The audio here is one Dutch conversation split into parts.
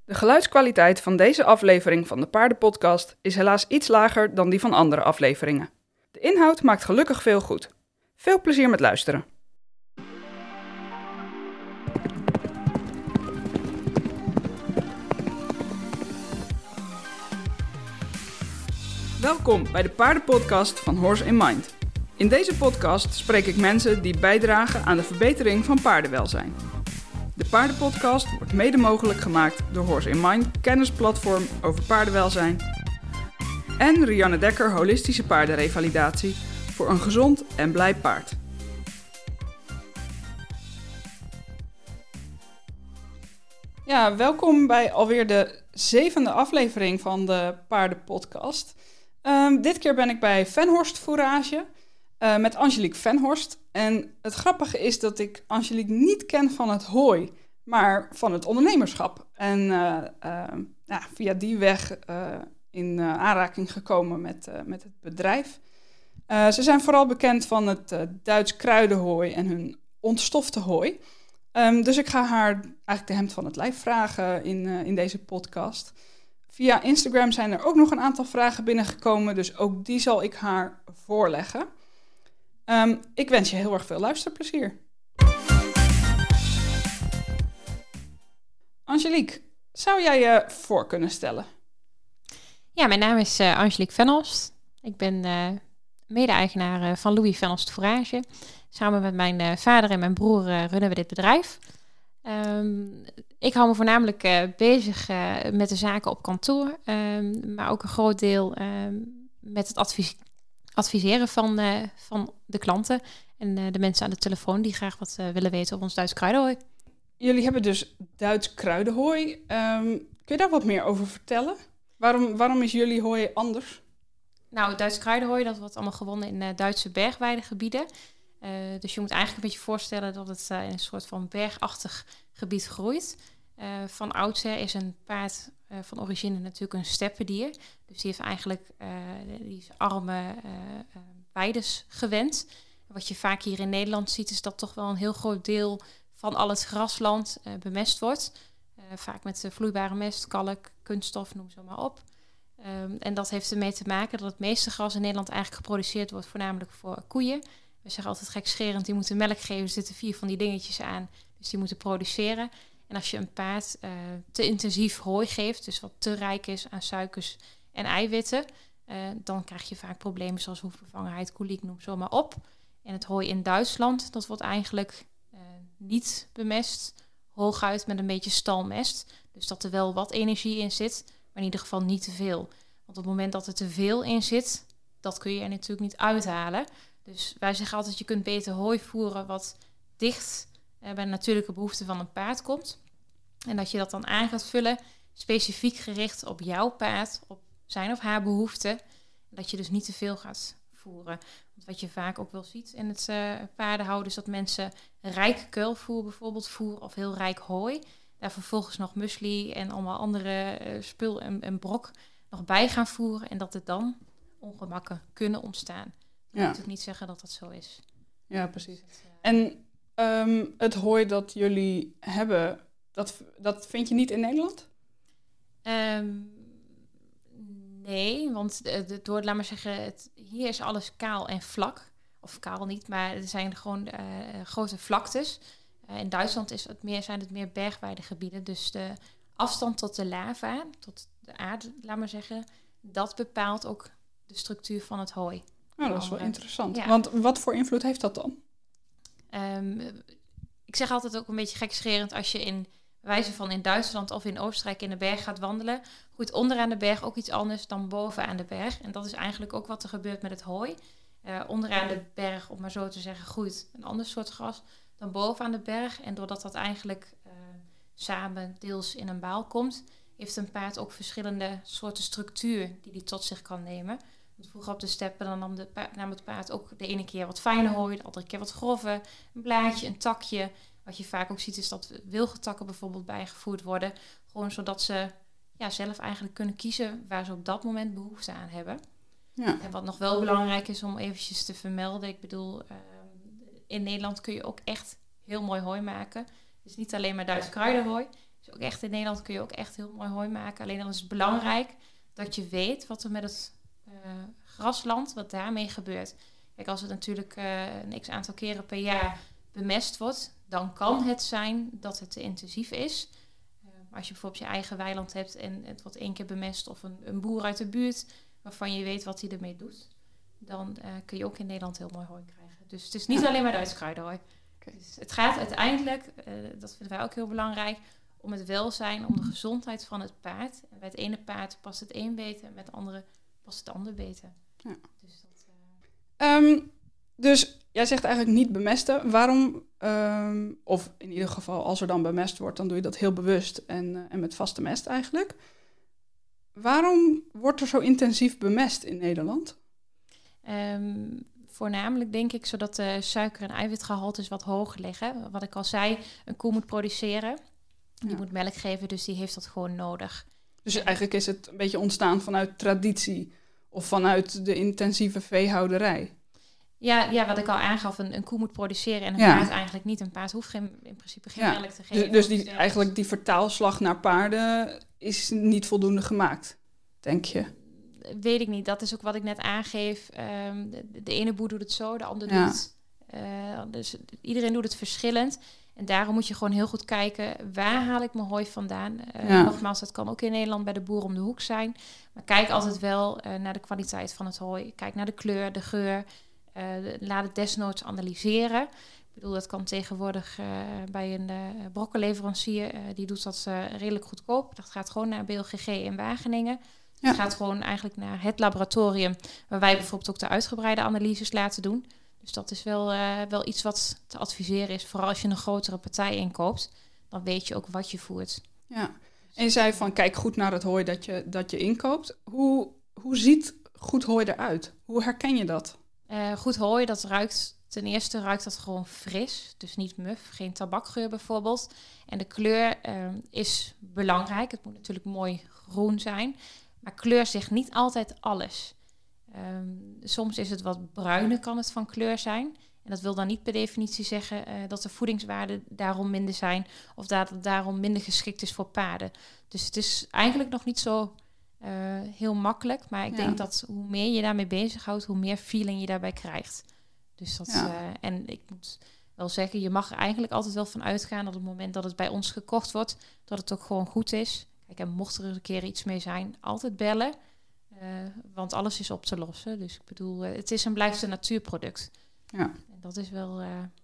De geluidskwaliteit van deze aflevering van de Paardenpodcast is helaas iets lager dan die van andere afleveringen. De inhoud maakt gelukkig veel goed. Veel plezier met luisteren. Welkom bij de Paardenpodcast van Horse in Mind. In deze podcast spreek ik mensen die bijdragen aan de verbetering van paardenwelzijn. De Paardenpodcast wordt mede mogelijk gemaakt door Horse in Mind, kennisplatform over paardenwelzijn. En Rianne Dekker, holistische paardenrevalidatie voor een gezond en blij paard. Ja, welkom bij alweer de 7e aflevering van de Paardenpodcast. Dit keer ben ik bij Venhorst Fourage met Angelique Venhorst. En het grappige is dat ik Angelique niet ken van het hooi, maar van het ondernemerschap. En via die weg in aanraking gekomen met het bedrijf. Ze zijn vooral bekend van het Duits kruidenhooi en hun ontstofte hooi. Dus ik ga haar eigenlijk de hemd van het lijf vragen in deze podcast. Via Instagram zijn er ook nog een aantal vragen binnengekomen, dus ook die zal ik haar voorleggen. Ik wens je heel erg veel luisterplezier. Angelique, zou jij je voor kunnen stellen? Ja, mijn naam is Angelique Venhorst. Ik ben mede-eigenaar van Louis Venhorst Fourage. Samen met mijn vader en mijn broer runnen we dit bedrijf. Ik hou me voornamelijk bezig met de zaken op kantoor, maar ook een groot deel met het adviseren van de klanten en de mensen aan de telefoon die graag wat willen weten over ons Duits kruidenhooi. Jullie hebben dus Duits kruidenhooi. Kun je daar wat meer over vertellen? Waarom is jullie hooi anders? Nou, het Duits kruidenhooi dat wordt allemaal gewonnen in Duitse bergweidegebieden. Dus je moet eigenlijk een beetje voorstellen dat het in een soort van bergachtig gebied groeit. Van oudsher is een paard van origine natuurlijk een steppendier. Dus die heeft eigenlijk die arme weides gewend. Wat je vaak hier in Nederland ziet is dat toch wel een heel groot deel van al het grasland bemest wordt. Vaak met vloeibare mest, kalk, kunststof, noem ze maar op. En dat heeft ermee te maken dat het meeste gras in Nederland eigenlijk geproduceerd wordt voornamelijk voor koeien. We zeggen altijd gekscherend, die moeten melk geven. Er zitten 4 van die dingetjes aan, dus die moeten produceren. En als je een paard te intensief hooi geeft, dus wat te rijk is aan suikers en eiwitten, dan krijg je vaak problemen zoals hoefbevangenheid, koliek, noem zo maar op. En het hooi in Duitsland, dat wordt eigenlijk niet bemest, hooguit met een beetje stalmest. Dus dat er wel wat energie in zit, maar in ieder geval niet te veel. Want op het moment dat er te veel in zit, dat kun je er natuurlijk niet uithalen. Dus wij zeggen altijd, je kunt beter hooi voeren wat dicht bij de natuurlijke behoeften van een paard komt. En dat je dat dan aan gaat vullen, specifiek gericht op jouw paard, op zijn of haar behoeften. En dat je dus niet te veel gaat voeren. Want wat je vaak ook wel ziet in het paardenhouden is dat mensen rijk kuilvoer bijvoorbeeld voeren of heel rijk hooi. Daar vervolgens nog muesli en allemaal andere spul en brok nog bij gaan voeren. En dat er dan ongemakken kunnen ontstaan. Dat wil natuurlijk niet zeggen dat dat zo is. Ja, precies. En het hooi dat jullie hebben, dat vind je niet in Nederland? Nee, want laat maar zeggen, hier is alles kaal en vlak. Of kaal niet, maar er zijn gewoon grote vlaktes. In Duitsland zijn het meer bergweidegebieden. Dus de afstand tot de lava, tot de aarde, laat maar zeggen, dat bepaalt ook de structuur van het hooi. Nou, dat is wel interessant. Ja. Want wat voor invloed heeft dat dan? Ik zeg altijd ook een beetje gekscherend, als je in Duitsland of in Oostenrijk in de berg gaat wandelen, groeit onderaan de berg ook iets anders dan bovenaan de berg. En dat is eigenlijk ook wat er gebeurt met het hooi. Onderaan de berg, om maar zo te zeggen, groeit een ander soort gras dan bovenaan de berg. En doordat dat eigenlijk samen deels in een baal komt, heeft een paard ook verschillende soorten structuur die hij tot zich kan nemen. Want vroeger op de steppen dan nam het paard ook de ene keer wat fijne hooi, de andere keer wat grove, een blaadje, een takje. Wat je vaak ook ziet is dat wilgetakken bijvoorbeeld bijgevoerd worden. Gewoon zodat ze zelf eigenlijk kunnen kiezen waar ze op dat moment behoefte aan hebben. Ja. En wat nog wel belangrijk is om eventjes te vermelden. Ik bedoel, in Nederland kun je ook echt heel mooi hooi maken. Dus niet alleen maar Duits kruidenhooi. Er Dus ook echt in Nederland kun je ook echt heel mooi hooi maken. Alleen dan is het belangrijk dat je weet wat er met het grasland, wat daarmee gebeurt. Kijk, als het natuurlijk een x-aantal keren per jaar bemest wordt, dan kan het zijn dat het te intensief is. Maar als je bijvoorbeeld je eigen weiland hebt en het wordt 1 keer bemest of een boer uit de buurt waarvan je weet wat hij ermee doet, dan kun je ook in Nederland heel mooi hooi krijgen. Dus het is niet alleen maar Duits kruidenhooi. Okay. Dus het gaat uiteindelijk, dat vinden wij ook heel belangrijk, om het welzijn, om de gezondheid van het paard. En bij het ene paard past het een beter en bij het andere past het ander beter. Ja. Dus, dus jij zegt eigenlijk niet bemesten. Waarom, of in ieder geval als er dan bemest wordt, dan doe je dat heel bewust en met vaste mest eigenlijk. Waarom wordt er zo intensief bemest in Nederland? Voornamelijk denk ik zodat de suiker- en eiwitgehaltes wat hoger liggen. Wat ik al zei, een koe moet produceren. Die moet melk geven, dus die heeft dat gewoon nodig. Dus eigenlijk is het een beetje ontstaan vanuit traditie of vanuit de intensieve veehouderij? Ja, wat ik al aangaf, een koe moet produceren en een paard eigenlijk niet. Een paard hoeft in principe geen melk te geven. Dus eigenlijk die vertaalslag naar paarden is niet voldoende gemaakt, denk je? Weet ik niet. Dat is ook wat ik net aangeef. De ene boer doet het zo, de ander doet het. Dus iedereen doet het verschillend. En daarom moet je gewoon heel goed kijken, waar haal ik mijn hooi vandaan? Nogmaals, dat kan ook in Nederland bij de boer om de hoek zijn. Maar kijk altijd wel naar de kwaliteit van het hooi. Kijk naar de kleur, de geur. Laat het desnoods analyseren. Ik bedoel, dat kan tegenwoordig bij een brokkenleverancier. Die doet dat redelijk goedkoop. Dat gaat gewoon naar BLGG in Wageningen. Het gaat gewoon eigenlijk naar het laboratorium, waar wij bijvoorbeeld ook de uitgebreide analyses laten doen. Dus dat is wel iets wat te adviseren is. Vooral als je een grotere partij inkoopt, dan weet je ook wat je voert. Ja, en je zei van kijk goed naar het hooi dat je inkoopt. Hoe ziet goed hooi eruit? Hoe herken je dat? Goed hooi, dat ruikt... Ten eerste ruikt dat gewoon fris, dus niet muf, geen tabakgeur bijvoorbeeld. En de kleur is belangrijk. Het moet natuurlijk mooi groen zijn. Maar kleur zegt niet altijd alles. Soms is het wat bruiner, kan het van kleur zijn. En dat wil dan niet per definitie zeggen dat de voedingswaarden daarom minder zijn of dat het daarom minder geschikt is voor paarden. Dus het is eigenlijk nog niet zo heel makkelijk. Maar ik denk dat hoe meer je daarmee bezighoudt, hoe meer feeling je daarbij krijgt. Dus dat, en ik moet wel zeggen, je mag er eigenlijk altijd wel van uitgaan dat op het moment dat het bij ons gekocht wordt, dat het ook gewoon goed is. Kijk, en mocht er een keer iets mee zijn, altijd bellen. Want alles is op te lossen. Dus ik bedoel, het is en blijft een natuurproduct. Ja. En dat is wel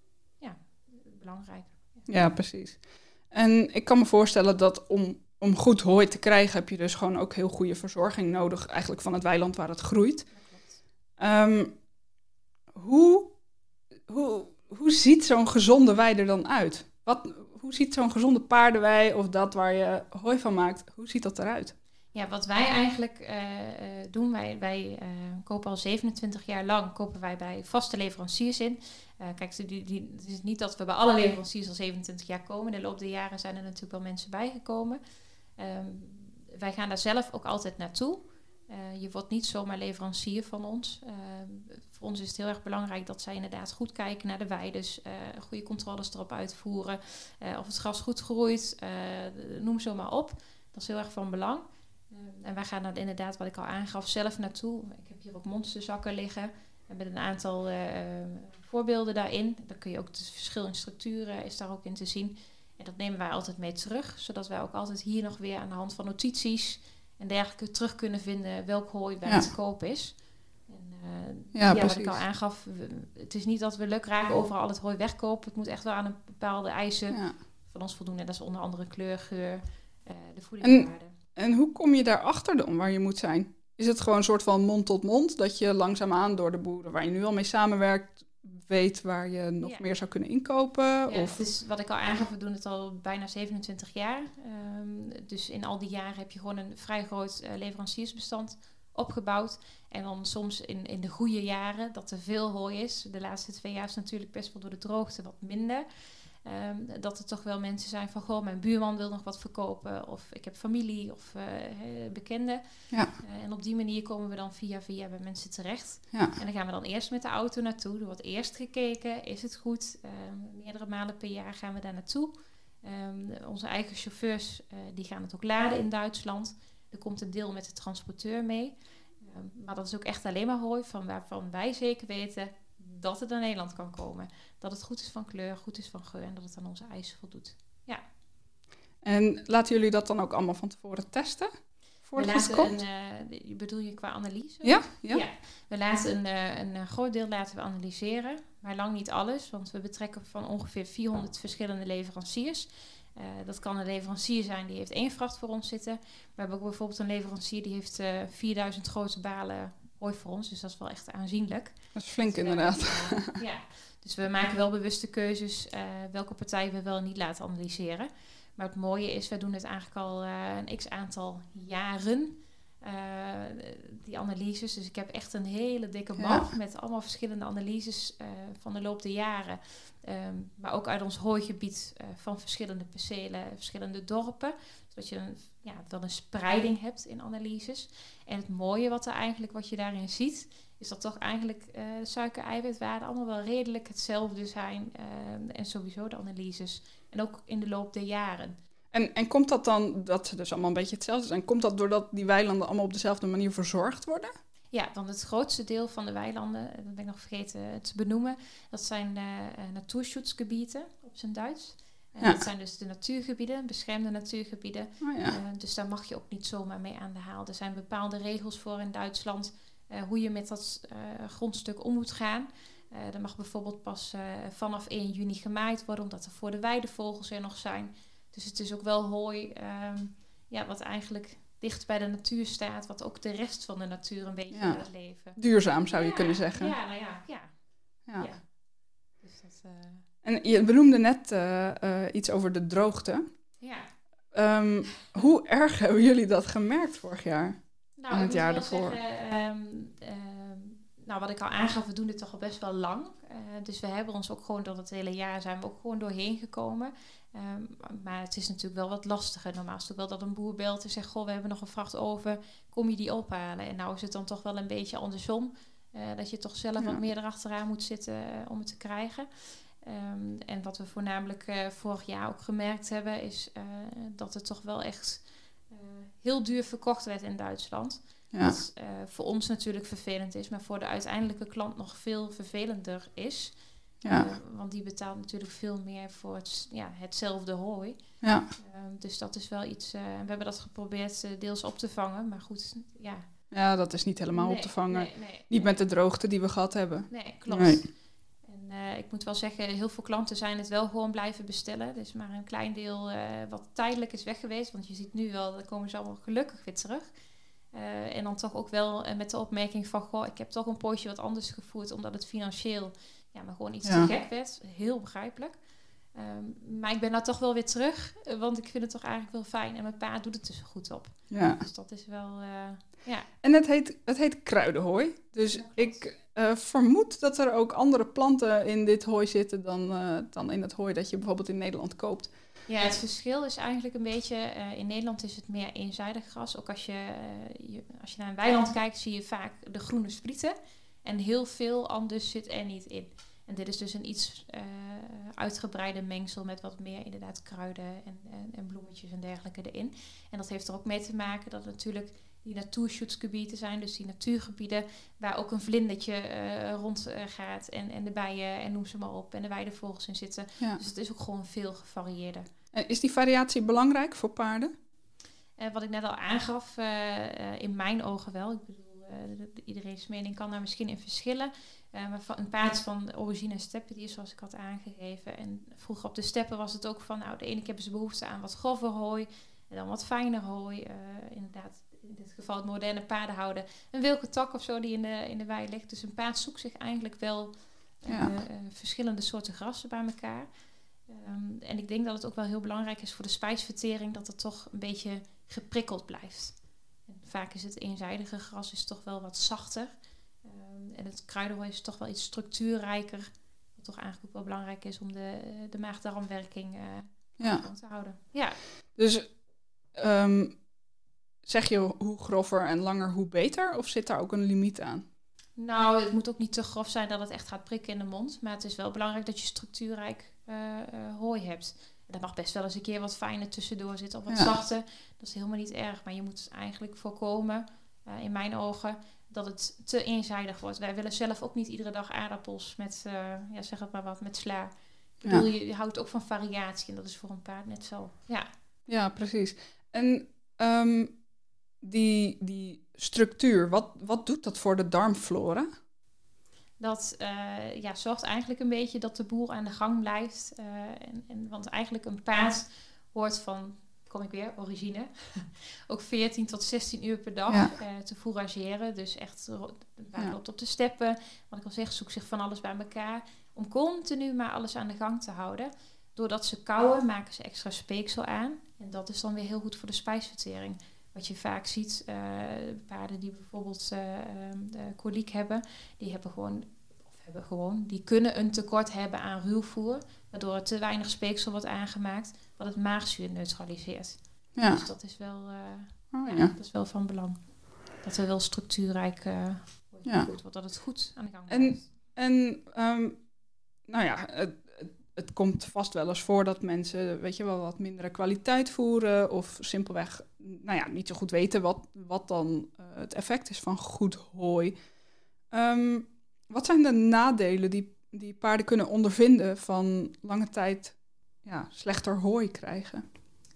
belangrijk. Ja, precies. En ik kan me voorstellen dat om goed hooi te krijgen, heb je dus gewoon ook heel goede verzorging nodig, eigenlijk van het weiland waar het groeit. Hoe ziet zo'n gezonde wei er dan uit? Hoe ziet zo'n gezonde paardenwei of dat waar je hooi van maakt, hoe ziet dat eruit? Ja, wat wij eigenlijk doen, wij kopen al 27 jaar lang kopen wij bij vaste leveranciers in. Kijk, het is niet dat we bij alle leveranciers al 27 jaar komen. In de loop der jaren zijn er natuurlijk wel mensen bijgekomen. Wij gaan daar zelf ook altijd naartoe. Je wordt niet zomaar leverancier van ons. Voor ons is het heel erg belangrijk dat zij inderdaad goed kijken naar de weides, goede controles erop uitvoeren, of het gras goed groeit, noem zo maar op. Dat is heel erg van belang. En wij gaan daar inderdaad, wat ik al aangaf, zelf naartoe. Ik heb hier ook monsterzakken liggen met een aantal voorbeelden daarin. Dan kun je ook het verschil in structuren is daar ook in te zien. En dat nemen wij altijd mee terug, zodat wij ook altijd hier nog weer aan de hand van notities en dergelijke terug kunnen vinden welk hooi bij te koop is. En, wat ik al aangaf, het is niet dat we lukraak overal al het hooi wegkopen. Het moet echt wel aan een bepaalde eisen van ons voldoen. En dat is onder andere kleur, geur, de voedingswaarde. En hoe kom je daarachter dan waar je moet zijn? Is het gewoon een soort van mond tot mond, dat je langzaamaan door de boeren waar je nu al mee samenwerkt, weet waar je nog meer zou kunnen inkopen? Ja, of? Het is wat ik al aangaf, we doen het al bijna 27 jaar. Dus in al die jaren heb je gewoon een vrij groot leveranciersbestand opgebouwd. En dan soms in de goede jaren, dat er veel hooi is. De laatste 2 jaar is natuurlijk best wel door de droogte wat minder. Dat er toch wel mensen zijn van, goh, mijn buurman wil nog wat verkopen. Of ik heb familie of bekenden. Ja. En op die manier komen we dan via bij mensen terecht. Ja. En dan gaan we dan eerst met de auto naartoe. Er wordt eerst gekeken, is het goed? Meerdere malen per jaar gaan we daar naartoe. Onze eigen chauffeurs die gaan het ook laden in Duitsland. Er komt een deel met de transporteur mee. Maar dat is ook echt alleen maar hooi waarvan wij zeker weten dat het naar Nederland kan komen. Dat het goed is van kleur, goed is van geur en dat het aan onze eisen voldoet. Ja. En laten jullie dat dan ook allemaal van tevoren testen? Voordat het komt? Bedoel je qua analyse? Ja. We laten een groot deel laten we analyseren, maar lang niet alles. Want we betrekken van ongeveer 400 verschillende leveranciers. Dat kan een leverancier zijn die heeft 1 vracht voor ons zitten. We hebben ook bijvoorbeeld een leverancier die heeft 4000 grote balen hooi voor ons. Dus dat is wel echt aanzienlijk. Dat is flink inderdaad. Ja. Dus we maken wel bewuste keuzes welke partijen we wel en niet laten analyseren. Maar het mooie is, wij doen het eigenlijk al een x-aantal jaren, die analyses. Dus ik heb echt een hele dikke map met allemaal verschillende analyses van de loop der jaren. Maar ook uit ons hooigebied van verschillende percelen, verschillende dorpen. Zodat je wel een spreiding hebt in analyses. En het mooie wat je daarin ziet, is dat toch eigenlijk de suiker-eiwitwaarden allemaal wel redelijk hetzelfde zijn. En sowieso de analyses. En ook in de loop der jaren. En komt dat dan, dat ze dus allemaal een beetje hetzelfde zijn, komt dat doordat die weilanden allemaal op dezelfde manier verzorgd worden? Ja, want het grootste deel van de weilanden, dat ben ik nog vergeten te benoemen, dat zijn natuurschutzgebieden op zijn Duits. Dat zijn dus de natuurgebieden, beschermde natuurgebieden. Dus daar mag je ook niet zomaar mee aan de haal. Er zijn bepaalde regels voor in Duitsland hoe je met dat grondstuk om moet gaan. Er mag bijvoorbeeld pas vanaf 1 juni gemaaid worden, omdat er voor de weidevogels er nog zijn. Dus het is ook wel hooi wat eigenlijk dicht bij de natuur staat, wat ook de rest van de natuur een beetje laat leven. Duurzaam zou je kunnen zeggen. Ja. Dus dat, En je benoemde net iets over de droogte. Ja. Hoe erg hebben jullie dat gemerkt vorig jaar? Nou, en het jaar daarvoor? Wat ik al aangaf, we doen dit toch al best wel lang. Dus we hebben ons ook gewoon door het hele jaar zijn we ook gewoon doorheen gekomen. Maar het is natuurlijk wel wat lastiger. Normaal is het ook wel dat een boer belt en zegt, we hebben nog een vracht over, kom je die ophalen? En nou is het dan toch wel een beetje andersom. Dat je toch zelf wat meer erachteraan moet zitten om het te krijgen. En wat we voornamelijk vorig jaar ook gemerkt hebben, is dat het toch wel echt heel duur verkocht werd in Duitsland. Ja. Wat voor ons natuurlijk vervelend is, maar voor de uiteindelijke klant nog veel vervelender is. Want die betaalt natuurlijk veel meer voor hetzelfde hooi. Ja. Dus dat is wel iets. We hebben dat geprobeerd deels op te vangen, maar goed, Ja, dat is niet helemaal op te vangen. Niet met de droogte die we gehad hebben. Nee, klopt. Nee. En ik moet wel zeggen, heel veel klanten zijn het wel gewoon blijven bestellen. Er is maar een klein deel wat tijdelijk is weg geweest. Want je ziet nu wel, dan komen ze allemaal gelukkig weer terug. En dan toch ook wel met de opmerking van, ik heb toch een poosje wat anders gevoerd, omdat het financieel maar gewoon iets te gek werd. Heel begrijpelijk. Maar ik ben nou toch wel weer terug, want ik vind het toch eigenlijk wel fijn. En mijn pa doet het dus goed op. Ja. Dus dat is wel, En het heet kruidenhooi. Dus ik vermoed dat er ook andere planten in dit hooi zitten dan in het hooi dat je bijvoorbeeld in Nederland koopt. Ja, het verschil is eigenlijk een beetje, in Nederland is het meer eenzijdig gras. Ook als je naar een weiland kijkt, zie je vaak de groene sprieten. En heel veel anders zit er niet in. En dit is dus een iets uitgebreide mengsel met wat meer inderdaad kruiden en bloemetjes en dergelijke erin. En dat heeft er ook mee te maken dat natuurlijk die natuurschutzgebieden zijn, dus die natuurgebieden waar ook een vlindertje rond gaat en de bijen en noem ze maar op en de weidevogels in zitten. Ja. Dus het is ook gewoon veel gevarieerder. Is die variatie belangrijk voor paarden? Wat ik net al aangaf, in mijn ogen wel. Ik bedoel, iedereen's mening kan daar misschien in verschillen. Maar een paard van origine en steppendier, zoals ik had aangegeven. En vroeger op de steppen was het ook van, de ene keer hebben ze behoefte aan wat grover hooi en dan wat fijner hooi. Inderdaad, in dit geval het moderne paardenhouden. Een wilke tak of zo die in de wei ligt. Dus een paard zoekt zich eigenlijk wel verschillende soorten grassen bij elkaar. En ik denk dat het ook wel heel belangrijk is voor de spijsvertering dat het toch een beetje geprikkeld blijft. En vaak is het eenzijdige gras is toch wel wat zachter. En het kruidenhooi is toch wel iets structuurrijker. Wat toch eigenlijk ook wel belangrijk is om de maag-darmwerking te houden. Ja. Dus zeg je hoe grover en langer hoe beter? Of zit daar ook een limiet aan? Nou, het moet ook niet te grof zijn dat het echt gaat prikken in de mond. Maar het is wel belangrijk dat je structuurrijk hooi hebt. Er mag best wel eens een keer wat fijner tussendoor zitten of wat zachter. Dat is helemaal niet erg. Maar je moet eigenlijk voorkomen, in mijn ogen, dat het te eenzijdig wordt. Wij willen zelf ook niet iedere dag aardappels met, zeg het maar wat, met sla. Ik bedoel, je houdt ook van variatie en dat is voor een paard net zo. Ja, precies. En die structuur, wat doet dat voor de darmflora? Dat zorgt eigenlijk een beetje dat de boel aan de gang blijft. Want eigenlijk een paard hoort van, kom ik weer, origine, ook 14 tot 16 uur per dag te fourageren. Dus echt, de paard loopt op de steppen. Wat ik al zeg, zoekt zich van alles bij elkaar. Om continu maar alles aan de gang te houden. Doordat ze kauwen, maken ze extra speeksel aan. En dat is dan weer heel goed voor de spijsvertering. Wat je vaak ziet, paarden die bijvoorbeeld koliek hebben, die kunnen een tekort hebben aan ruwvoer, waardoor er te weinig speeksel wordt aangemaakt, wat het maagzuur neutraliseert. Ja. Dus dat is wel, dat is wel van belang. Dat er wel structuurrijk wordt, dat het goed aan de gang blijft. Het komt vast wel eens voor dat mensen, wel wat mindere kwaliteit voeren of simpelweg, niet zo goed weten wat dan het effect is van goed hooi. Wat zijn de nadelen die paarden kunnen ondervinden van lange tijd slechter hooi krijgen?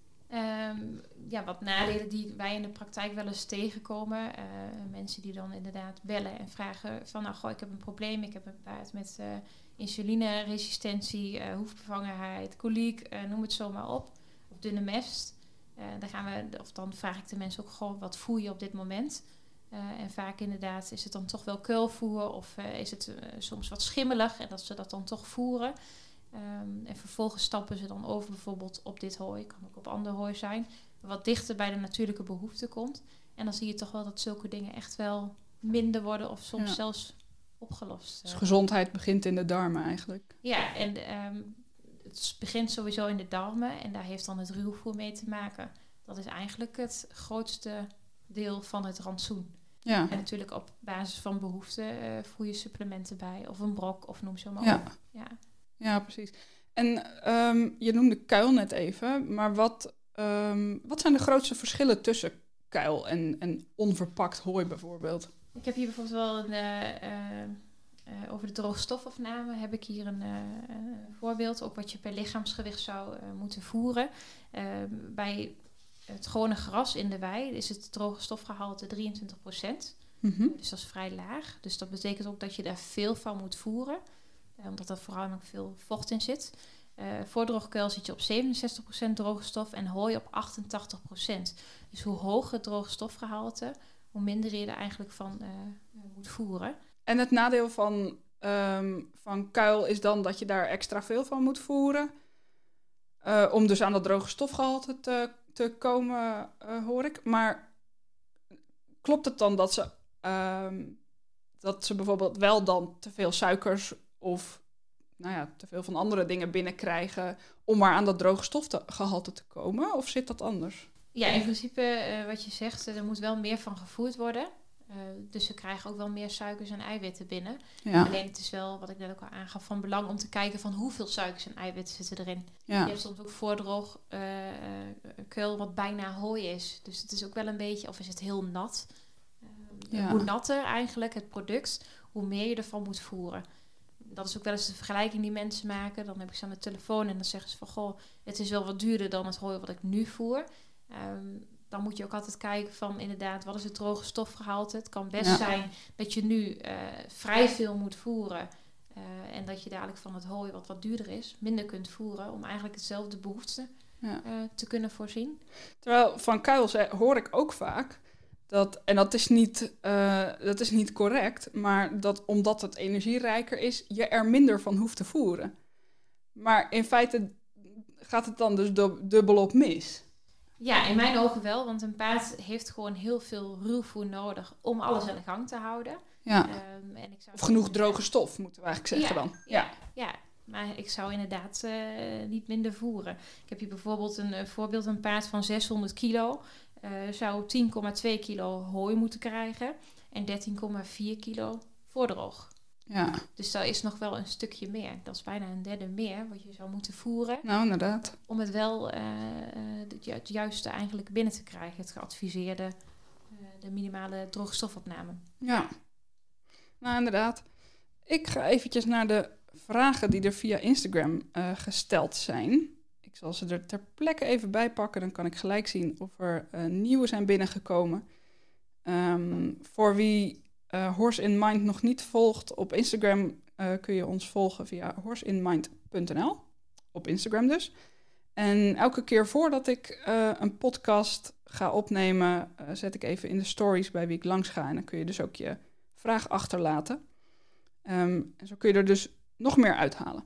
Wat nadelen die wij in de praktijk wel eens tegenkomen. Mensen die dan inderdaad bellen en vragen van, ik heb een probleem. Ik heb een paard met insulineresistentie, hoefbevangenheid, koliek, noem het zo maar op. Of dunne mest. Dan vraag ik de mensen ook gewoon, wat voer je op dit moment? En vaak inderdaad is het dan toch wel kuilvoer of is het soms wat schimmelig en dat ze dat dan toch voeren. En vervolgens stappen ze dan over bijvoorbeeld op dit hooi, kan ook op ander hooi zijn, wat dichter bij de natuurlijke behoefte komt. En dan zie je toch wel dat zulke dingen echt wel minder worden of soms zelfs opgelost. Dus gezondheid begint in de darmen eigenlijk. Ja, en het begint sowieso in de darmen en daar heeft dan het ruwvoer mee te maken. Dat is eigenlijk het grootste deel van het rantsoen. Ja. En natuurlijk op basis van behoefte voer je supplementen bij of een brok of noem zo maar op. Ja, precies. En je noemde kuil net even, maar wat zijn de grootste verschillen tussen kuil en onverpakt hooi bijvoorbeeld? Ik heb hier bijvoorbeeld wel over de droogstofafname heb ik hier een voorbeeld, ook wat je per lichaamsgewicht zou moeten voeren. Bij het gewone gras in de wei is het droge stofgehalte 23%. Mm-hmm. Dus dat is vrij laag. Dus dat betekent ook dat je daar veel van moet voeren. Omdat er vooral nog veel vocht in zit. Voor droogkuil zit je op 67% droge stof en hooi op 88%. Dus hoe hoger het droge stofgehalte, hoe minder je er eigenlijk van moet voeren. En het nadeel van kuil is dan dat je daar extra veel van moet voeren. Om dus aan dat droge stofgehalte te komen, hoor ik. Maar klopt het dan dat ze bijvoorbeeld wel dan te veel suikers of te veel van andere dingen binnenkrijgen om maar aan dat droge stofgehalte te komen? Of zit dat anders? Ja, in principe wat je zegt, er moet wel meer van gevoerd worden. Dus ze krijgen ook wel meer suikers en eiwitten binnen. Ja. Alleen het is wel, wat ik net ook al aangaf, van belang om te kijken van hoeveel suikers en eiwitten zitten erin. Ja. Je hebt soms ook voordroog kuil wat bijna hooi is. Dus het is ook wel een beetje, of is het heel nat. Hoe natter eigenlijk het product, hoe meer je ervan moet voeren. Dat is ook wel eens de vergelijking die mensen maken. Dan heb ik ze aan de telefoon en dan zeggen ze van, het is wel wat duurder dan het hooi wat ik nu voer. Dan moet je ook altijd kijken van inderdaad, wat is het droge stofgehalte? Het kan best zijn dat je nu vrij veel moet voeren. En dat je dadelijk van het hooi wat duurder is, minder kunt voeren. Om eigenlijk hetzelfde behoefte te kunnen voorzien. Terwijl van kuil hoor ik ook vaak dat is niet correct, maar dat omdat het energierijker is, je er minder van hoeft te voeren. Maar in feite gaat het dan dus dubbelop mis. Ja, in mijn ogen wel, want een paard heeft gewoon heel veel ruwvoer nodig om alles aan de gang te houden. Ja. Of genoeg droge stof, moeten we eigenlijk zeggen dan. Ja, maar ik zou inderdaad niet minder voeren. Ik heb hier bijvoorbeeld een paard van 600 kilo. Zou 10,2 kilo hooi moeten krijgen en 13,4 kilo voordroog. Ja. Dus daar is nog wel een stukje meer. Dat is bijna een derde meer wat je zou moeten voeren. Nou, inderdaad. Om het wel het juiste eigenlijk binnen te krijgen. Het geadviseerde, de minimale droge stofopname. Ja. Nou, inderdaad. Ik ga eventjes naar de vragen die er via Instagram gesteld zijn. Ik zal ze er ter plekke even bij pakken. Dan kan ik gelijk zien of er nieuwe zijn binnengekomen. Voor wie Horse in Mind nog niet volgt op Instagram, kun je ons volgen via horseinmind.nl. Op Instagram dus. En elke keer voordat ik een podcast ga opnemen, zet ik even in de stories bij wie ik langs ga. En dan kun je dus ook je vraag achterlaten. En zo kun je er dus nog meer uithalen.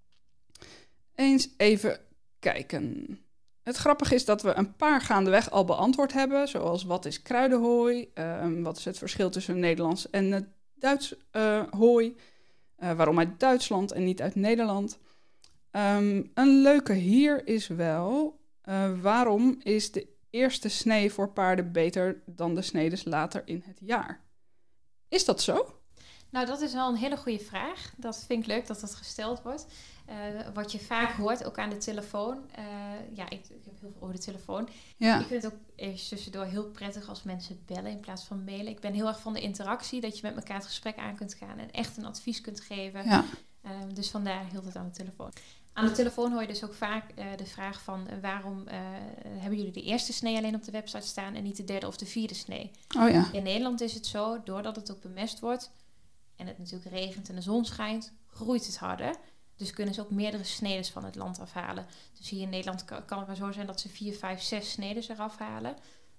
Eens even kijken. Het grappige is dat we een paar gaandeweg al beantwoord hebben. Zoals wat is kruidenhooi? Wat is het verschil tussen Nederlands en het Duits hooi? Waarom uit Duitsland en niet uit Nederland? Een leuke hier is wel... waarom is de eerste snee voor paarden beter dan de snedes later in het jaar? Is dat zo? Nou, dat is wel een hele goede vraag. Dat vind ik leuk dat dat gesteld wordt. Wat je vaak hoort, ook aan de telefoon. Ik heb heel veel over de telefoon. Ja. Ik vind het ook even tussendoor heel prettig als mensen bellen in plaats van mailen. Ik ben heel erg van de interactie, dat je met elkaar het gesprek aan kunt gaan en echt een advies kunt geven. Ja. Dus vandaar heel het aan de telefoon. Aan de telefoon hoor je dus ook vaak de vraag van waarom hebben jullie de eerste snee alleen op de website staan en niet de derde of de vierde snee? Oh ja. In Nederland is het zo, doordat het ook bemest wordt en het natuurlijk regent en de zon schijnt, groeit het harder. Dus kunnen ze ook meerdere snedes van het land afhalen. Dus hier in Nederland kan het maar zo zijn dat ze 4, 5, 6 snedes eraf halen.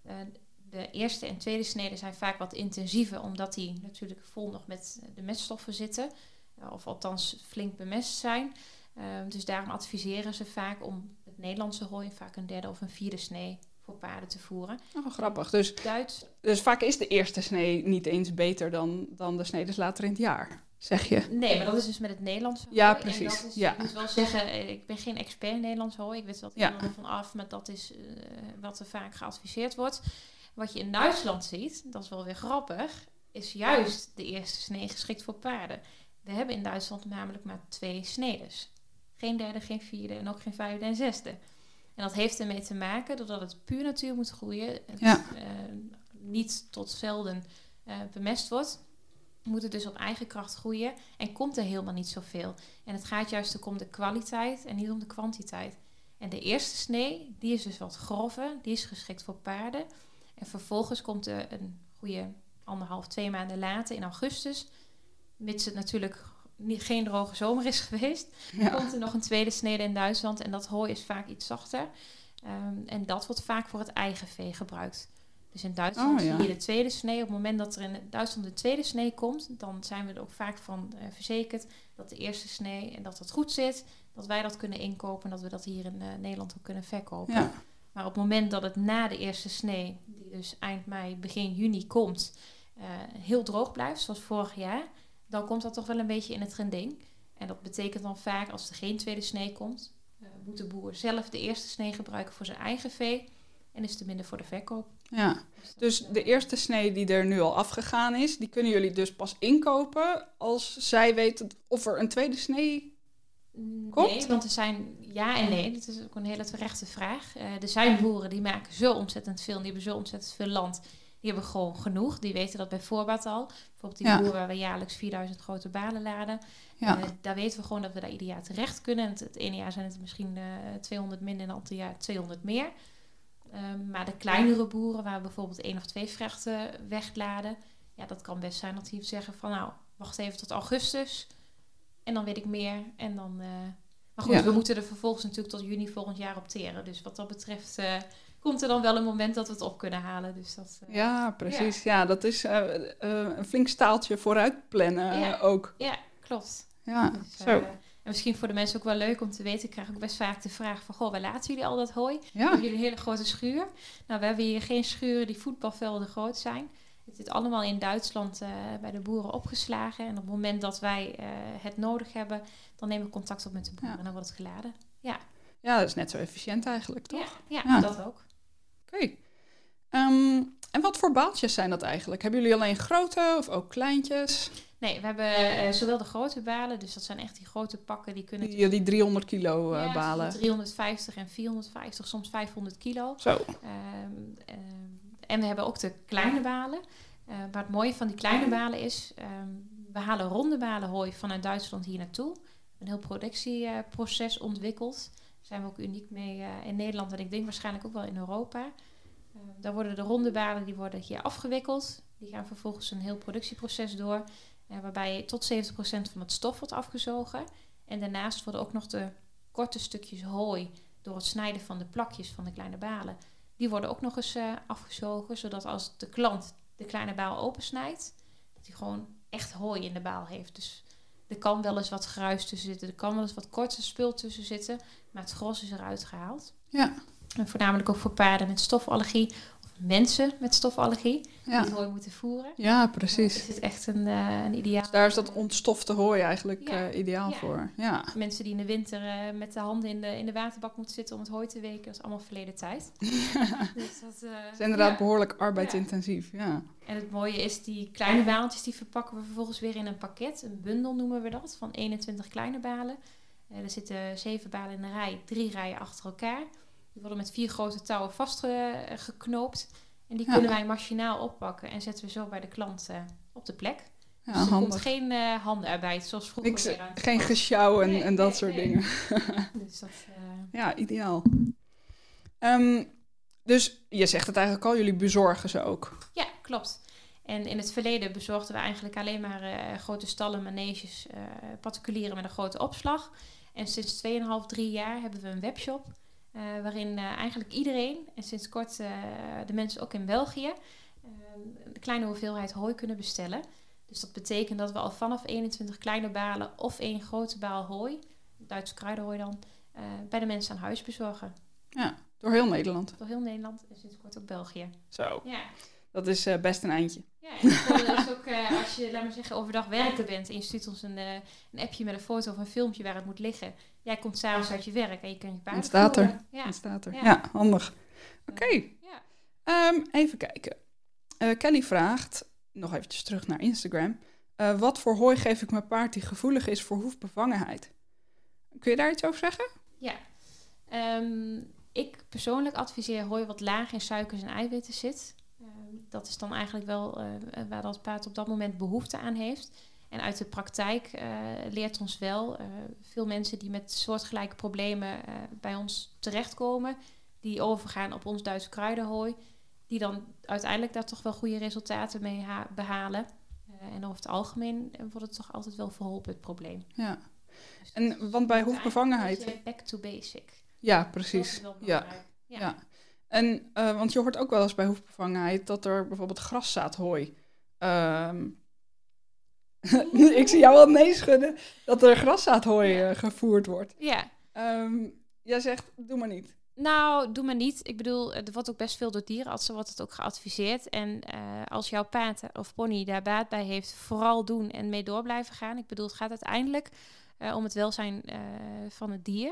De eerste en tweede sneden zijn vaak wat intensiever, omdat die natuurlijk vol nog met de meststoffen zitten. Of althans flink bemest zijn. Dus daarom adviseren ze vaak om het Nederlandse hooi vaak een derde of een vierde snee voor paarden te voeren. Oh, grappig. Dus vaak is de eerste snee niet eens beter dan de snedes later in het jaar, zeg je? Nee, maar dat is dus met het Nederlandse hooi. Ja, precies. En dat is, ja. Ik moet wel zeggen, ik ben geen expert in Nederlands hooi. Ik weet wel er van af, maar dat is wat er vaak geadviseerd wordt. Wat je in Duitsland ziet, dat is wel weer grappig, is juist de eerste snee geschikt voor paarden. We hebben in Duitsland namelijk maar 2 snedes. Geen derde, geen vierde en ook geen vijfde en zesde. En dat heeft ermee te maken, doordat het puur natuur moet groeien, het niet tot velden bemest wordt, moet het dus op eigen kracht groeien en komt er helemaal niet zoveel. En het gaat juist ook om de kwaliteit en niet om de kwantiteit. En de eerste snee, die is dus wat grover, die is geschikt voor paarden. En vervolgens komt er een goede 1,5-2 maanden later, in augustus, mits het natuurlijk geen droge zomer is geweest, komt er nog een tweede snede in Duitsland en dat hooi is vaak iets zachter. En dat wordt vaak voor het eigen vee gebruikt. Dus in Duitsland zie je de tweede snee. Op het moment dat er in Duitsland de tweede snee komt, dan zijn we er ook vaak van verzekerd dat de eerste snee en dat het goed zit, dat wij dat kunnen inkopen en dat we dat hier in Nederland ook kunnen verkopen. Ja. Maar op het moment dat het na de eerste snee, die dus eind mei, begin juni komt, heel droog blijft, zoals vorig jaar, dan komt dat toch wel een beetje in het rending. En dat betekent dan vaak, als er geen tweede snee komt, moet de boer zelf de eerste snee gebruiken voor zijn eigen vee en is het minder voor de verkoop. Ja, dus de eerste snee die er nu al afgegaan is, die kunnen jullie dus pas inkopen als zij weten of er een tweede snee komt? Nee, want er zijn ja en nee. Dat is ook een hele terechte vraag. Er zijn boeren die maken zo ontzettend veel en die hebben zo ontzettend veel land. Die hebben gewoon genoeg. Die weten dat bij voorbaat al. Bijvoorbeeld die boer waar we jaarlijks 4000 grote balen laden. Daar weten we gewoon dat we daar ieder jaar terecht kunnen. En het ene jaar zijn het misschien 200 minder en het andere jaar 200 meer. Maar de kleinere boeren waar we bijvoorbeeld 1 of 2 vrachten wegladen. Ja, dat kan best zijn dat die zeggen van nou, wacht even tot augustus. En dan weet ik meer. En dan, maar goed, we moeten er vervolgens natuurlijk tot juni volgend jaar opteren. Dus wat dat betreft komt er dan wel een moment dat we het op kunnen halen. Dus dat, ja, precies. Ja, dat is een flink staaltje vooruit plannen ook. Ja, klopt. Ja, dus, zo. En misschien voor de mensen ook wel leuk om te weten. Ik krijg ook best vaak de vraag van, goh, waar laten jullie al dat hooi? Ja. Hebben jullie een hele grote schuur? Nou, we hebben hier geen schuren die voetbalvelden groot zijn. Het zit allemaal in Duitsland bij de boeren opgeslagen. En op het moment dat wij het nodig hebben, dan nemen we contact op met de boeren en dan wordt het geladen. Ja. Ja, dat is net zo efficiënt eigenlijk, toch? Ja, dat ook. Oké. En wat voor baaltjes zijn dat eigenlijk? Hebben jullie alleen grote of ook kleintjes? Nee, we hebben zowel de grote balen, dus dat zijn echt die grote pakken die kunnen... Die 300 kilo balen. 350 en 450, soms 500 kilo. Zo. En we hebben ook de kleine balen. Maar het mooie van die kleine balen is, we halen ronde balen hooi vanuit Duitsland hier naartoe. Een heel productieproces ontwikkeld. Daar zijn we ook uniek mee in Nederland en ik denk waarschijnlijk ook wel in Europa. Daar worden de ronde balen die worden hier afgewikkeld. Die gaan vervolgens een heel productieproces door. Waarbij tot 70% van het stof wordt afgezogen. En daarnaast worden ook nog de korte stukjes hooi door het snijden van de plakjes van de kleine balen. Die worden ook nog eens afgezogen. Zodat als de klant de kleine baal opensnijdt, dat hij gewoon echt hooi in de baal heeft. Dus er kan wel eens wat geruis tussen zitten. Er kan wel eens wat korte spul tussen zitten. Maar het gros is eruit gehaald. Ja. En voornamelijk ook voor paarden met stofallergie. Of mensen met stofallergie. Die het hooi moeten voeren. Ja, precies. Is het echt een ideaal. Dus daar is dat ontstofte hooi eigenlijk ideaal voor. Ja. Mensen die in de winter met de handen in de waterbak moeten zitten om het hooi te weken. Dat is allemaal verleden tijd. Dus dat is inderdaad behoorlijk arbeidsintensief. Ja. En het mooie is, die kleine baaltjes die verpakken we vervolgens weer in een pakket. Een bundel noemen we dat, van 21 kleine balen. Er zitten 7 balen in een rij, 3 rijen achter elkaar. Die worden met 4 grote touwen vastgeknoopt. En die kunnen wij machinaal oppakken en zetten we zo bij de klant op de plek. Ja, dus er handig. komt geen handenarbeid zoals vroeger. Geen gesjouw en dat soort dingen. Dus dat, ja, ideaal. Dus je zegt het eigenlijk al, jullie bezorgen ze ook. Ja, klopt. En in het verleden bezorgden we eigenlijk alleen maar grote stallen, maneges, particulieren met een grote opslag. En sinds 2,5, 3 jaar hebben we een webshop. Waarin eigenlijk iedereen, en sinds kort de mensen ook in België, een kleine hoeveelheid hooi kunnen bestellen. Dus dat betekent dat we al vanaf 21 kleine balen of 1 grote baal hooi, Duitse kruidenhooi dan, bij de mensen aan huis bezorgen. Ja, door heel Nederland. Door heel Nederland en sinds kort ook België. Zo, ja. Dat is best een eindje. Ja, en dat is ook als je, laat maar zeggen, overdag werken bent en je stuurt ons een appje met een foto of een filmpje waar het moet liggen. Jij komt s'avonds uit je werk en je kan je paard voeren. Het staat er. Ja, handig. Oké. Even kijken. Kelly vraagt, nog eventjes terug naar Instagram. Wat voor hooi geef ik mijn paard die gevoelig is voor hoefbevangenheid? Kun je daar iets over zeggen? Ja. Ik persoonlijk adviseer hooi wat laag in suikers en eiwitten zit. Dat is dan eigenlijk wel waar dat paard op dat moment behoefte aan heeft. En uit de praktijk leert ons wel veel mensen die met soortgelijke problemen bij ons terechtkomen, die overgaan op ons Duitse kruidenhooi, die dan uiteindelijk daar toch wel goede resultaten mee behalen. En over het algemeen wordt het toch altijd wel verholpen, het probleem. Ja. Dus En want bij hoefbevangenheid... Back to basic. Ja, precies. Dat is wel belangrijk. Ja. En want je hoort ook wel eens bij hoefbevangenheid dat er bijvoorbeeld graszaadhooi... ik zie jou wel nee schudden. Dat er graszaadhooi gevoerd wordt. Ja. Jij zegt, doe maar niet. Nou, doe maar niet. Ik bedoel, er wordt ook best veel door dierenartsen wordt het ook geadviseerd. En als jouw paard of pony daar baat bij heeft, vooral doen en mee door blijven gaan. Ik bedoel, het gaat uiteindelijk om het welzijn van het dier.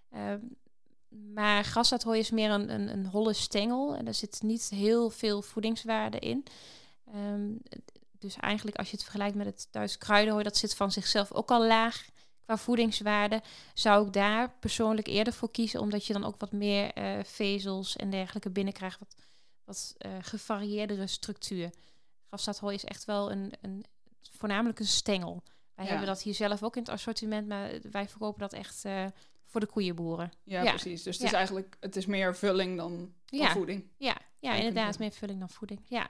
Maar graszaadhooi is meer een holle stengel. En daar zit niet heel veel voedingswaarde in. Dus eigenlijk als je het vergelijkt met het Duitse kruidenhooi, dat zit van zichzelf ook al laag qua voedingswaarde, zou ik daar persoonlijk eerder voor kiezen, omdat je dan ook wat meer vezels en dergelijke binnenkrijgt, wat gevarieerdere structuur. Graszaadhooi is echt wel voornamelijk een stengel. Wij hebben dat hier zelf ook in het assortiment, maar wij verkopen dat echt voor de koehenboeren. Ja, precies. Dus het is meer vulling dan voeding. Ja, inderdaad, meer vulling dan voeding. Ja.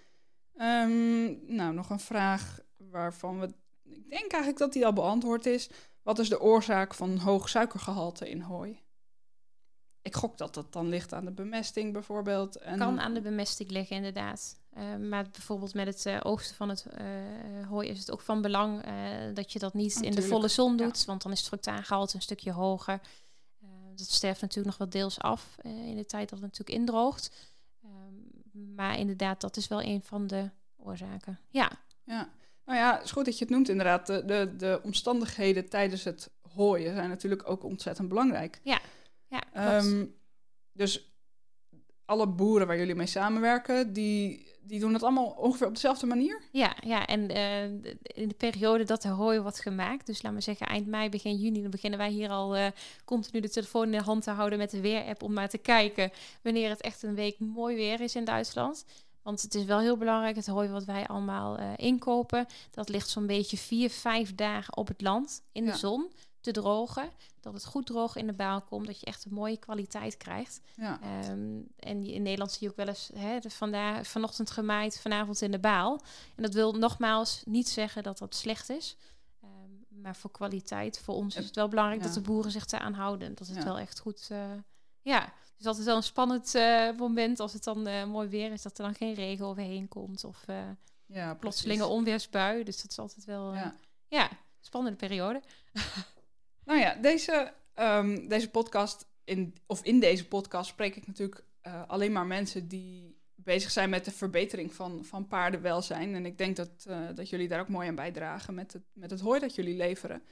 Nou, nog een vraag waarvan ik denk eigenlijk dat die al beantwoord is. Wat is de oorzaak van hoog suikergehalte in hooi? Ik gok dat dat dan ligt aan de bemesting bijvoorbeeld. Kan aan de bemesting liggen, inderdaad. Maar bijvoorbeeld met het oogsten van het hooi is het ook van belang dat je dat niet in de volle zon doet. Want dan is het fructaangehalte een stukje hoger. Dat sterft natuurlijk nog wel deels af in de tijd dat het natuurlijk indroogt. Maar inderdaad, dat is wel een van de oorzaken. Ja. Nou ja, het is goed dat je het noemt inderdaad. De omstandigheden tijdens het hooien zijn natuurlijk ook ontzettend belangrijk. Ja, klopt. Dus alle boeren waar jullie mee samenwerken, die die doen het allemaal ongeveer op dezelfde manier? Ja, en in de periode dat de hooi wordt gemaakt, dus laten we zeggen eind mei, begin juni, dan beginnen wij hier al continu de telefoon in de hand te houden met de weerapp om maar te kijken wanneer het echt een week mooi weer is in Duitsland. Want het is wel heel belangrijk, het hooi wat wij allemaal inkopen, dat ligt zo'n beetje 4-5 dagen op het land in de zon te drogen. Dat het goed droog in de baal komt, dat je echt een mooie kwaliteit krijgt. Ja. En in Nederland zie je ook wel eens vanochtend gemaaid, vanavond in de baal. En dat wil nogmaals niet zeggen dat dat slecht is. Maar voor kwaliteit, voor ons is het wel belangrijk dat de boeren zich daaraan houden. Dat het wel echt goed... Dus dat is wel een spannend moment als het dan mooi weer is, dat er dan geen regen overheen komt. Of plotselinge onweersbui. Dus dat is altijd wel spannende periode. Nou ja, deze podcast, in deze podcast spreek ik natuurlijk alleen maar mensen die bezig zijn met de verbetering van paardenwelzijn. En ik denk dat jullie daar ook mooi aan bijdragen met het hooi dat jullie leveren.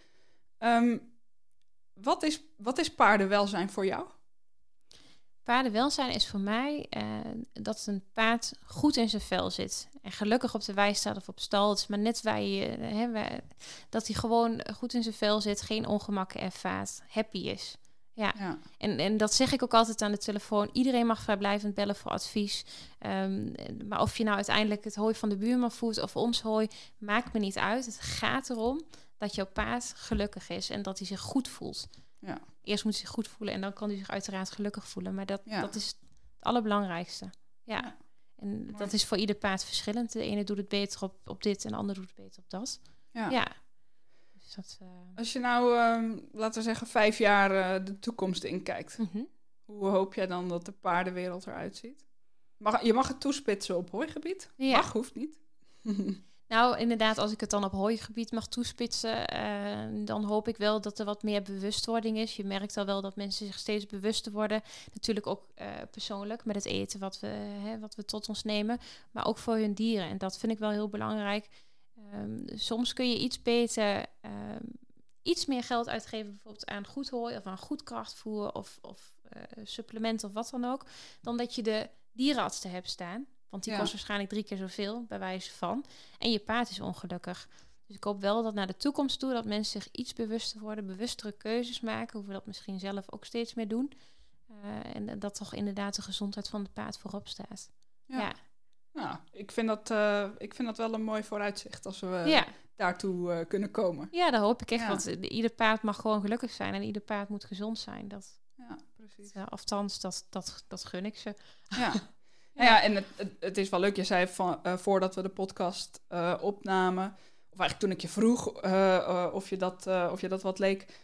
Wat is paardenwelzijn voor jou? Paardenwelzijn is voor mij dat een paard goed in zijn vel zit. En gelukkig op de wei staat of op stal. Het is maar net dat hij gewoon goed in zijn vel zit, geen ongemakken ervaart, happy is. Ja. En dat zeg ik ook altijd aan de telefoon. Iedereen mag vrijblijvend bellen voor advies. Maar of je nou uiteindelijk het hooi van de buurman voert of ons hooi, maakt me niet uit. Het gaat erom dat jouw paard gelukkig is en dat hij zich goed voelt. Ja. Eerst moet hij zich goed voelen en dan kan hij zich uiteraard gelukkig voelen. Maar dat is het allerbelangrijkste. Ja. En mooi. Dat is voor ieder paard verschillend. De ene doet het beter op dit en de ander doet het beter op dat. Ja. Dus dat, als je nou, laten we zeggen, 5 jaar de toekomst inkijkt. Mm-hmm. Hoe hoop jij dan dat de paardenwereld eruit ziet? Je mag het toespitsen op hooigebied. Ja. Mag, hoeft niet. Nou, inderdaad, als ik het dan op hooigebied mag toespitsen, dan hoop ik wel dat er wat meer bewustwording is. Je merkt al wel dat mensen zich steeds bewuster worden. Natuurlijk ook persoonlijk met het eten wat we tot ons nemen, maar ook voor hun dieren. En dat vind ik wel heel belangrijk. Soms kun je iets beter, iets meer geld uitgeven bijvoorbeeld aan goed hooi of aan goed krachtvoer of supplementen of wat dan ook, dan dat je de dierenarts te hebt staan. Want die kost waarschijnlijk 3 keer zoveel, bij wijze van. En je paard is ongelukkig. Dus ik hoop wel dat naar de toekomst toe, dat mensen zich iets bewuster worden, bewustere keuzes maken, hoe we dat misschien zelf ook steeds meer doen. En dat toch inderdaad de gezondheid van het paard voorop staat. Ja. Nou, ik vind dat wel een mooi vooruitzicht als we daartoe kunnen komen. Ja, dat hoop ik echt. Want ieder paard mag gewoon gelukkig zijn en ieder paard moet gezond zijn. Ja, precies. Althans, dat gun ik ze. Ja. Ja, en het is wel leuk. Je zei voordat we de podcast opnamen, of eigenlijk toen ik je vroeg of je dat wat leek,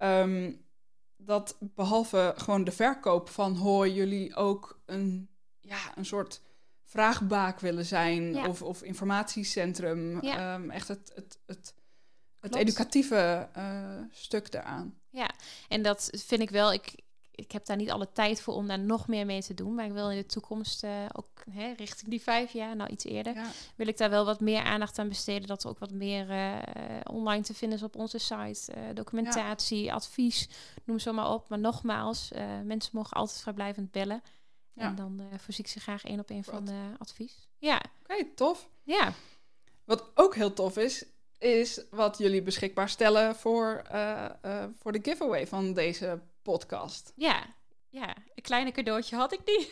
dat behalve gewoon de verkoop van hooi, jullie ook een soort vraagbaak willen zijn of informatiecentrum. Ja. Echt het educatieve stuk daaraan. Ja, en dat vind ik wel. Ik heb daar niet alle tijd voor om daar nog meer mee te doen. Maar ik wil in de toekomst ook richting die 5 jaar, nou iets eerder, wil ik daar wel wat meer aandacht aan besteden. Dat er ook wat meer online te vinden is op onze site. Documentatie, advies, noem zo maar op. Maar nogmaals, mensen mogen altijd vrijblijvend bellen. Ja. En dan voorzie ik ze graag 1-op-1 van advies. Ja. Oké, tof. Ja. Wat ook heel tof is wat jullie beschikbaar stellen voor de giveaway van deze podcast. Ja, een kleine cadeautje had ik niet.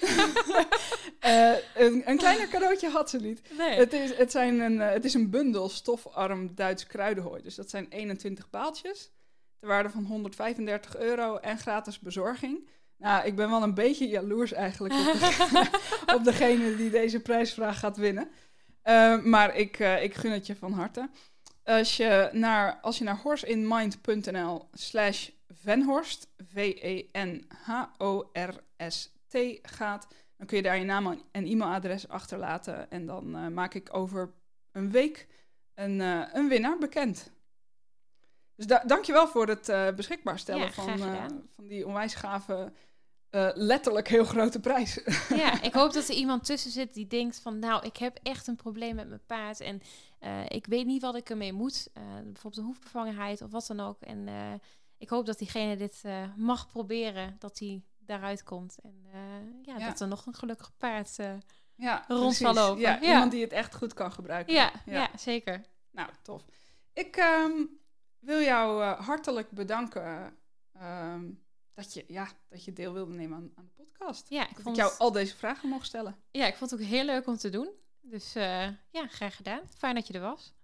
Een kleiner cadeautje had ze niet. Nee. Het is een bundel stofarm Duits kruidenhooi. Dus dat zijn 21 baaltjes. Ter waarde van €135 en gratis bezorging. Nou, ik ben wel een beetje jaloers eigenlijk op degene die deze prijsvraag gaat winnen. Maar ik gun het je van harte. Als je naar horsinmind.nl/Venhorst, VENHORST gaat, dan kun je daar je naam en e-mailadres achterlaten. En dan maak ik over een week een winnaar bekend. Dus dankjewel voor het beschikbaar stellen van die onwijs gave, letterlijk heel grote prijs. Ja, ik hoop dat er iemand tussen zit die denkt van, nou, ik heb echt een probleem met mijn paard en ik weet niet wat ik ermee moet. Bijvoorbeeld een hoefbevangenheid of wat dan ook. En ik hoop dat diegene dit mag proberen, dat hij daaruit komt. En dat er nog een gelukkig paard rond precies. zal lopen. Ja, iemand die het echt goed kan gebruiken. Ja, zeker. Nou, tof. Ik wil jou hartelijk bedanken dat je deel wilde nemen aan de podcast. Ja, dat ik jou al deze vragen mocht stellen. Ja, ik vond het ook heel leuk om te doen. Dus graag gedaan. Fijn dat je er was.